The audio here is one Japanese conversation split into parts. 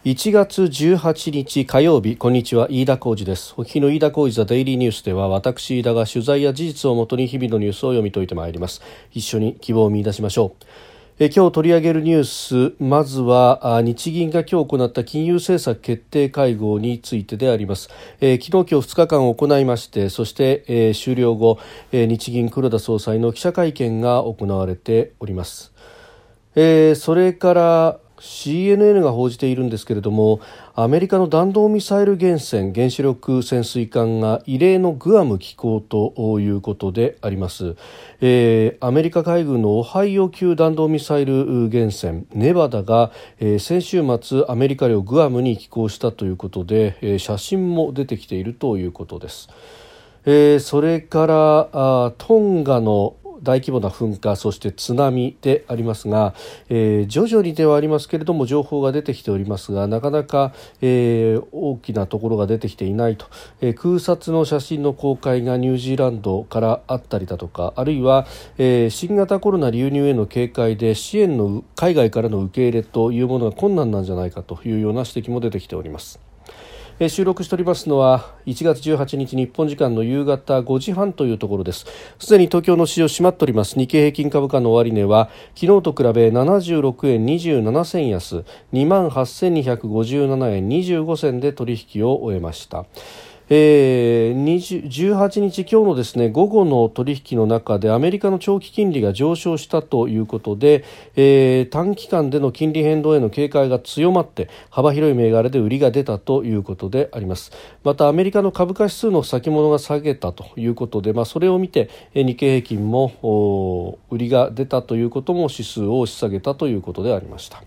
1月18日火曜日、こんにちは、飯田浩司です。お聞きの飯田浩司ザデイリーニュースでは、私飯田が取材や事実をもとに日々のニュースを読み解いてまいります。一緒に希望を見出しましょう。今日取り上げるニュース、まずは日銀が今日行った金融政策決定会合についてであります。昨日今日2日間行いまして、そして、終了後、日銀黒田総裁の記者会見が行われております。それからCNN が報じているんですけれども、アメリカの弾道ミサイル原子力潜水艦が異例のグアム寄港ということであります。アメリカ海軍のオハイオ級弾道ミサイル原潜ネバダが、先週末アメリカ領グアムに寄港したということで、写真も出てきているということです。それからトンガの大規模な噴火、そして津波でありますが、徐々にではありますけれども情報が出てきておりますが、なかなか、大きなところが出てきていないと、空撮の写真の公開がニュージーランドからあったりだとか、あるいは、新型コロナ流入への警戒で支援の海外からの受け入れというものが困難なんじゃないかというような指摘も出てきております。収録しておりますのは1月18日日本時間の夕方5時半というところです。すでに東京の市場閉まっております。日経平均株価の終値は昨日と比べ76円27銭安 28,257 円25銭で取引を終えました。18日今日のですね、午後の取引の中でアメリカの長期金利が上昇したということで、短期間での金利変動への警戒が強まって幅広い銘柄で売りが出たということであります。またアメリカの株価指数の先物が下げたということで、それを見て日経平均も売りが出たということも指数を押し下げたということでありました。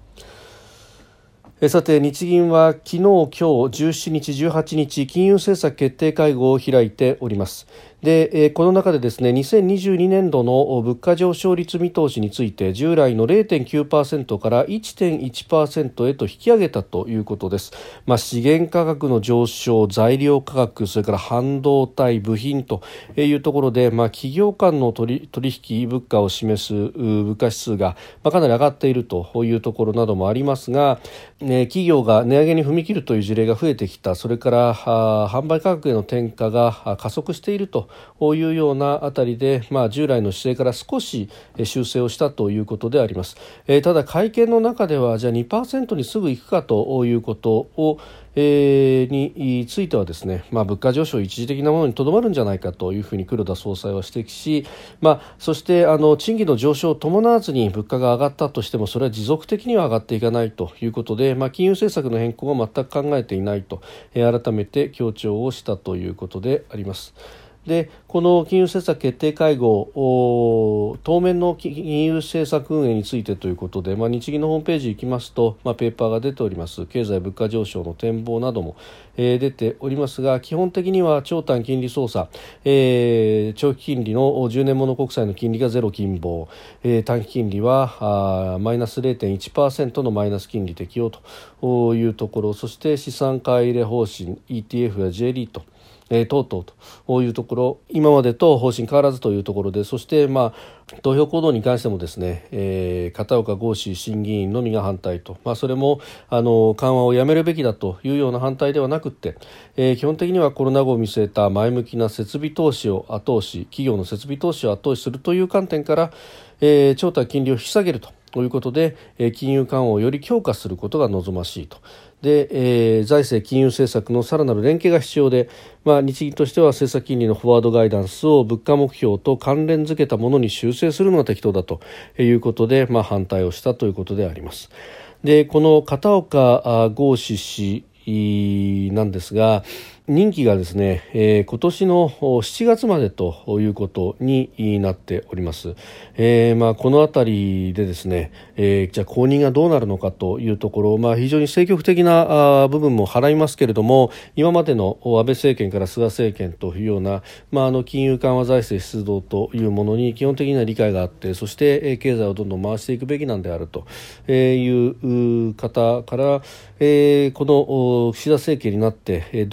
さて、日銀は昨日、今日17日、18日金融政策決定会合を開いております。で、この中でですね、2022年度の物価上昇率見通しについて従来の 0.9% から 1.1% へと引き上げたということです。資源価格の上昇、材料価格、それから半導体、部品というところで、企業間の取引物価を示す物価指数がかなり上がっているというところなどもありますが、企業が値上げに踏み切るという事例が増えてきた。それから販売価格への転嫁が加速しているというようなあたりで、従来の姿勢から少し修正をしたということであります。ただ会見の中ではじゃあ 2% にすぐ行くかということをについてはですね、物価上昇一時的なものにとどまるんじゃないかというふうに黒田総裁は指摘し、そして賃金の上昇を伴わずに物価が上がったとしてもそれは持続的には上がっていかないということで、金融政策の変更は全く考えていないと、改めて強調をしたということであります。で、この金融政策決定会合、当面の金融政策運営についてということで、日銀のホームページ行きますと、ペーパーが出ております。経済物価上昇の展望なども、出ておりますが、基本的には長短金利操作、長期金利の10年物国債の金利がゼロ金棒、短期金利はマイナス 0.1% のマイナス金利適用というところ、そして資産買い入れ方針 ETF や J リート等々というところ、今までと方針変わらずというところで、そして投票行動に関してもですね、片岡剛志審議員のみが反対と、それも緩和をやめるべきだというような反対ではなくて、基本的にはコロナ後を見据えた前向きな設備投資を後押し、企業の設備投資を後押しするという観点から、長短金利を引き下げるということで、金融緩和をより強化することが望ましいと。で、財政金融政策のさらなる連携が必要で、日銀としては政策金利のフォワードガイダンスを物価目標と関連付けたものに修正するのが適当だということで、反対をしたということであります。で、この片岡剛志氏なんですが、任期がですね、今年の7月までということになっております。このあたりでですね、じゃあ後任がどうなるのかというところ、非常に積極的な部分も払いますけれども、今までの安倍政権から菅政権というような、金融緩和財政出動というものに基本的な理解があって、そして経済をどんどん回していくべきなんであるという方から、この岸田政権になってどうなるん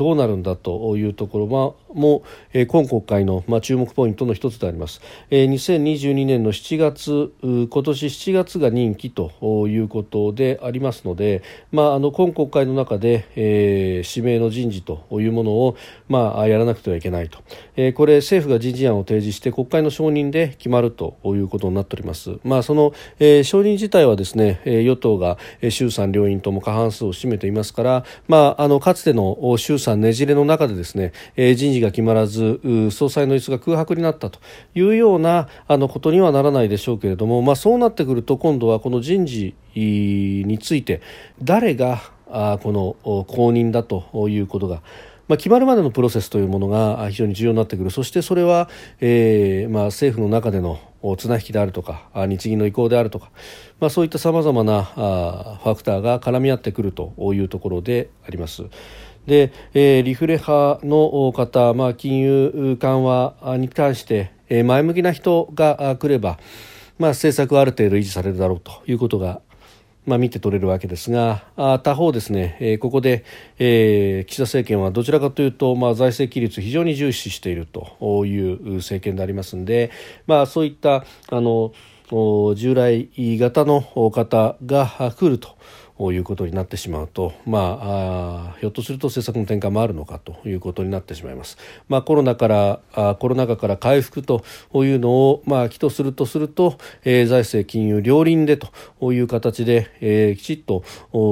んだというところも、今国会の、注目ポイントの一つであります。2022年の7月、今年7月が任期ということでありますので、今国会の中で、指名の人事というものを、やらなくてはいけないと、これ政府が人事案を提示して国会の承認で決まるということになっております。その、承認自体はですね、与党が衆参両院とも過半数を占めていますから、かつての衆参ねじれの中でですね、人事が決まらず総裁の椅子が空白になったというようなことにはならないでしょうけれども、そうなってくると今度はこの人事について誰がこの後任だということが決まるまでのプロセスというものが非常に重要になってくる。そしてそれは、政府の中での綱引きであるとか日銀の意向であるとか、そういったさまざまなファクターが絡み合ってくるというところであります。で、リフレ派の方、金融緩和に関して前向きな人が来れば、政策はある程度維持されるだろうということが見て取れるわけですが、他方ですね、ここで、岸田政権はどちらかというと、財政規律非常に重視しているという政権でありますので、そういった従来型の方が来るということになってしまうと、ひょっとすると政策の転換もあるのかということになってしまいます。コロナ禍から回復というのを、起とすると財政金融両輪でという形で、きちっと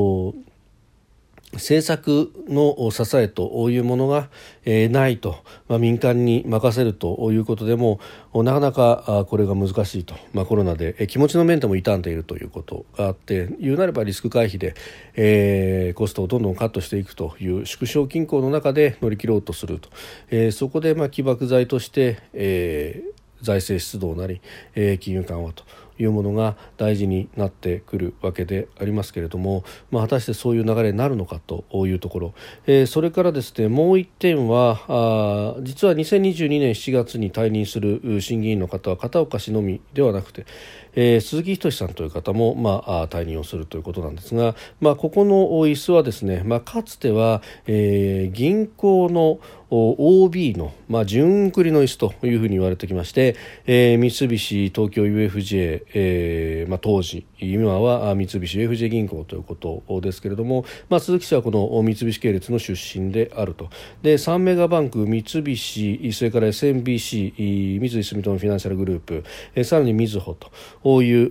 政策の支えというものがないと、民間に任せるということでもなかなかこれが難しいと、コロナで気持ちの面でも傷んでいるということがあって、言うなればリスク回避で、コストをどんどんカットしていくという縮小均衡の中で乗り切ろうとすると、そこで起爆剤として、財政出動なり、金融緩和というものが大事になってくるわけでありますけれども、果たしてそういう流れになるのかというところ、それからですね、もう一点は実は2022年7月に退任する審議員の方は片岡氏のみではなくて、鈴木仁さんという方も、退任をするということなんですが、ここの椅子はですね、かつては、銀行のOB の、順繰りの椅子というふうに言われてきまして、三菱東京 UFJ、当時今は三菱 UFJ 銀行ということですけれども、鈴木氏はこの三菱系列の出身であると。で、3メガバンク三菱、それから SMBC 三井住友フィナンシャルグループ、さらにみずほという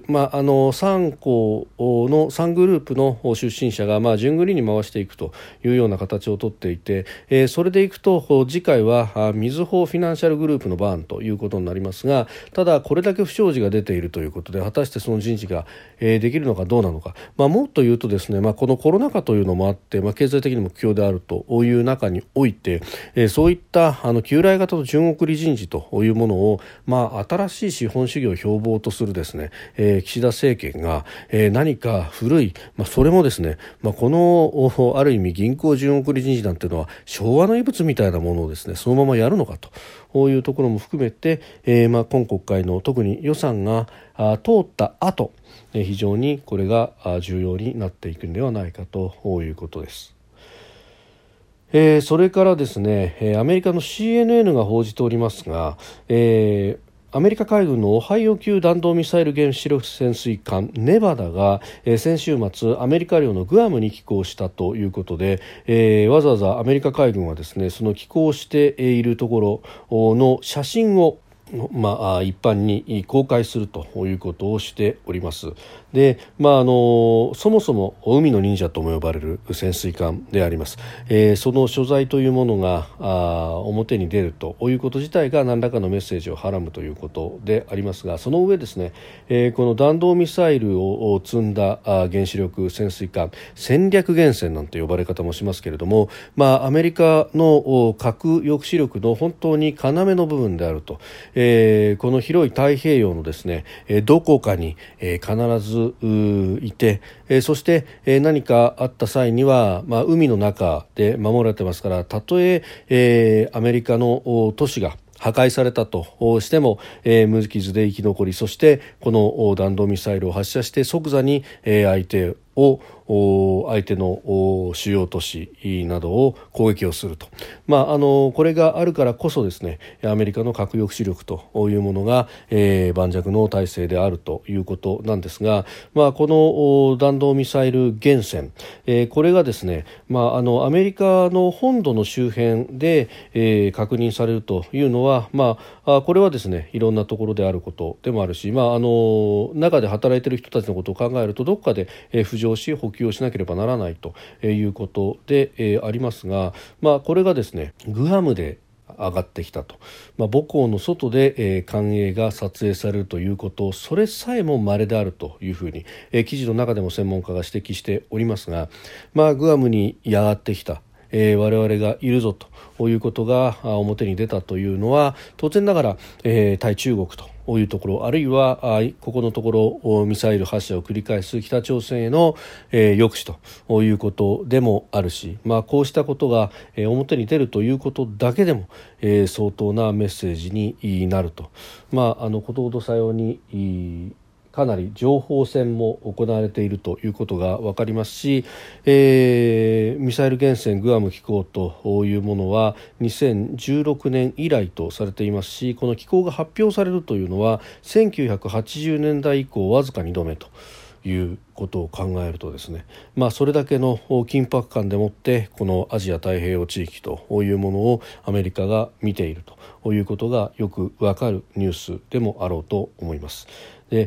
、3行の3グループの出身者が、順繰りに回していくというような形をとっていて、それでいくと次回はみずほフィナンシャルグループの番ということになりますが、ただこれだけ不祥事が出ているということで、果たしてその人事ができるのかどうなのか、もっと言うとですね、このコロナ禍というのもあって、経済的にも苦境であるという中において、そういった旧来型の順送り人事というものを、新しい資本主義を標榜とするですね、岸田政権が、何か古い、それもですね、このある意味銀行順送り人事なんていうのは昭和の遺物みたいなものをですね、そのままやるのかというところも含めて、今国会の特に予算が通った後、非常にこれが重要になっていくのではないかということです。それからですね、アメリカの CNN が報じておりますが、アメリカ海軍のオハイオ級弾道ミサイル原子力潜水艦ネバダが、先週末アメリカ領のグアムに寄港したということで、わざわざアメリカ海軍はですね、その寄港しているところの写真を一般に公開するということをしております。で、そもそも海の忍者とも呼ばれる潜水艦であります。その所在というものが表に出るということ自体が何らかのメッセージをはらむということでありますが、その上ですね、この弾道ミサイルを積んだ原子力潜水艦、戦略原潜なんて呼ばれ方もしますけれども、アメリカの核抑止力の本当に要の部分であると。この広い太平洋のですね、どこかに、必ずいて、そして、何かあった際には、海の中で守られてますから、たとえアメリカの都市が破壊されたとしても、無傷で生き残り、そしてこの弾道ミサイルを発射して即座に相手を相手の主要都市などを攻撃をすると、これがあるからこそですね、アメリカの核抑止力というものが、盤石の体制であるということなんですが、この弾道ミサイル原潜、これがですね、アメリカの本土の周辺で、確認されるというのは、これはですね、いろんなところであることでもあるし、中で働いている人たちのことを考えるとどこかで、浮上し補給をしなければならないということで、ありますが、これがですね、グアムで上がってきたと、母港の外で、艦影が撮影されるということ、それさえも稀であるというふうに、記事の中でも専門家が指摘しておりますが、グアムに上がってきた、我々がいるぞということが表に出たというのは、当然ながら、対中国というところ、あるいはここのところミサイル発射を繰り返す北朝鮮への、抑止ということでもあるし、こうしたことが、表に出るということだけでも、相当なメッセージになると、ことほどさようにかなり情報戦も行われているということが分かりますし、ミサイル原潜グアム機構というものは2016年以来とされていますし、この機構が発表されるというのは1980年代以降わずか2度目ということを考えるとですね、それだけの緊迫感でもってこのアジア太平洋地域というものをアメリカが見ているということがよくわかるニュースでもあろうと思います。で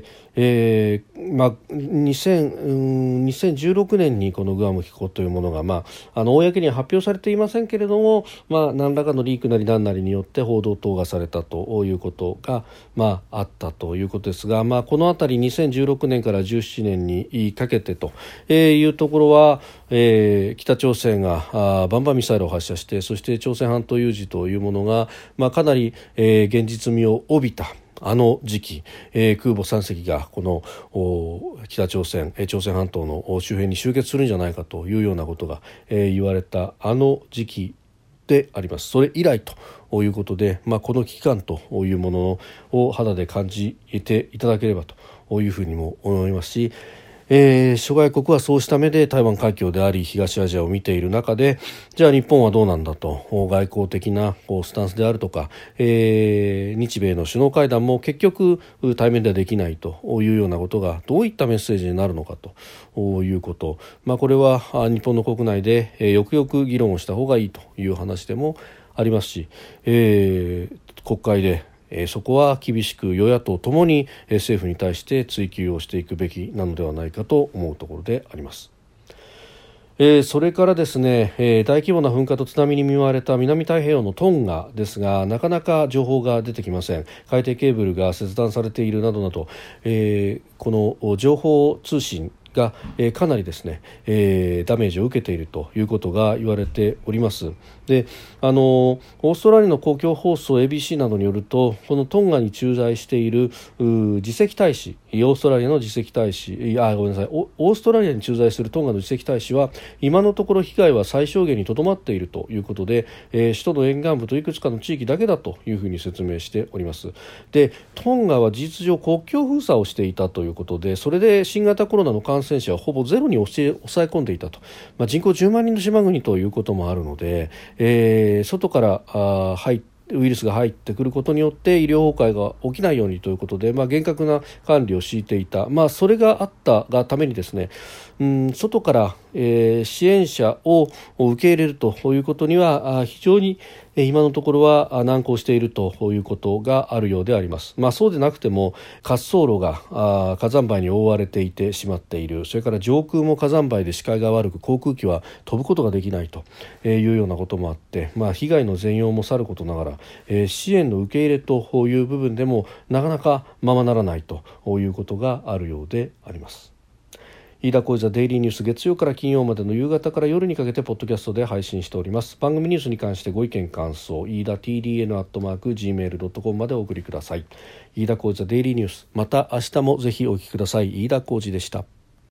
2016年にこのグアム機構というものが、公には発表されていませんけれども、何らかのリークなり何なりによって報道等がされたということが、あったということですが、このあたり2016年から17年にかけてというところは、北朝鮮がバンバンミサイルを発射して、そして朝鮮半島有事というものが、かなり、現実味を帯びたあの時期、空母3隻がこの北朝鮮、朝鮮半島の周辺に集結するんじゃないかというようなことが、言われたあの時期であります。それ以来ということで、この危機感というものを肌で感じていただければというふうにも思いますし、諸外国はそうした目で台湾海峡であり東アジアを見ている中で、じゃあ日本はどうなんだと、外交的なスタンスであるとか、日米の首脳会談も結局対面ではできないというようなことがどういったメッセージになるのかということ、これは日本の国内でよくよく議論をした方がいいという話でもありますし、国会でそこは厳しく与野党ともに政府に対して追及をしていくべきなのではないかと思うところであります。それからですね、大規模な噴火と津波に見舞われた南太平洋のトンガですが、なかなか情報が出てきません。海底ケーブルが切断されているなどなど、この情報通信が、かなりですね、ダメージを受けているということが言われております。で、オーストラリアの公共放送 ABC などによると、このトンガに駐在している次席大使、オーストラリアの次席大使、ごめんなさい、オーストラリアに駐在するトンガの次席大使は今のところ被害は最小限にとどまっているということで、首都の沿岸部といくつかの地域だけだというふうに説明しております。で、トンガは事実上国境封鎖をしていたということで、それで新型コロナの感染者はほぼゼロに抑え込んでいたと、人口10万人の島国ということもあるので、外からウイルスが入ってくることによって医療崩壊が起きないようにということで、厳格な管理を敷いていた、それがあったがためにですね、外から、支援者を受け入れるということには非常に今のところは難航しているということがあるようであります。そうでなくても滑走路が火山灰に覆われていてしまっている、それから上空も火山灰で視界が悪く航空機は飛ぶことができないというようなこともあって、被害の全容もさることながら、支援の受け入れという部分でもなかなかままならないということがあるようであります。飯田浩司ザデイリーニュース、月曜から金曜までの夕方から夜にかけてポッドキャストで配信しております。番組ニュースに関してご意見感想、飯田 TDN@gmail.com までお送りください。飯田浩司ザデイリーニュース、また明日もぜひお聞きください。飯田浩司でした。